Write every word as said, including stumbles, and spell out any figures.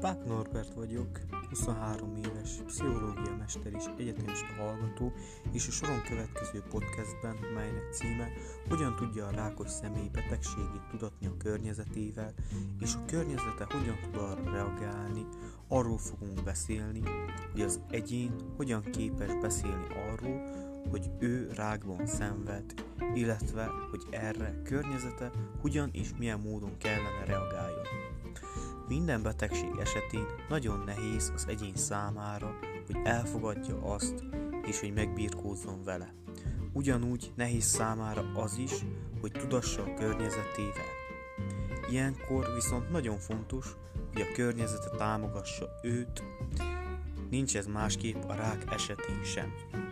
Fák Norbert vagyok, huszonhárom éves, pszichológia mester és egyetemista hallgató, és a soron következő podcastben, melynek címe Hogyan tudja a rákos személy betegségét tudatni a környezetével, és a környezete hogyan tud arra reagálni, arról fogunk beszélni, hogy az egyén hogyan képes beszélni arról, hogy ő rákban szenved, illetve hogy erre környezete hogyan és milyen módon kellene reagáljon. Minden betegség esetén nagyon nehéz az egyén számára, hogy elfogadja azt, és hogy megbirkózzon vele. Ugyanúgy nehéz számára az is, hogy tudassa a környezetével. Ilyenkor viszont nagyon fontos, hogy a környezete támogassa őt, nincs ez másképp a rák esetén sem.